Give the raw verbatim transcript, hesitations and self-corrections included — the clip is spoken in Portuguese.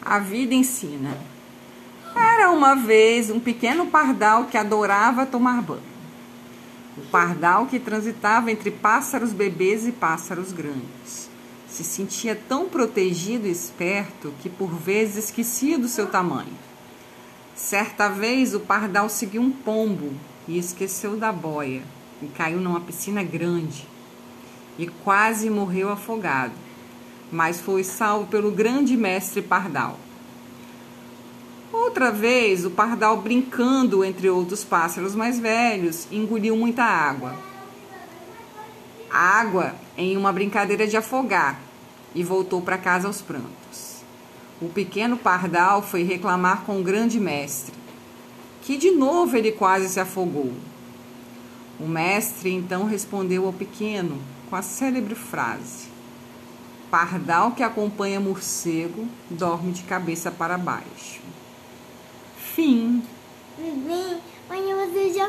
A vida ensina. Era uma vez um pequeno pardal que adorava tomar banho. O pardal que transitava entre pássaros bebês e pássaros grandes. Se sentia tão protegido e esperto que por vezes esquecia do seu tamanho. Certa vez o pardal seguiu um pombo e esqueceu da boia e caiu numa piscina grande e quase morreu afogado, mas foi salvo pelo grande mestre pardal. Outra vez, o pardal, brincando entre outros pássaros mais velhos, engoliu muita água. Água em uma brincadeira de afogar e voltou para casa aos prantos. O pequeno pardal foi reclamar com o grande mestre, que de novo ele quase se afogou. O mestre então respondeu ao pequeno com a célebre frase: pardal que acompanha morcego dorme de cabeça para baixo. Fim. Bem, mas você já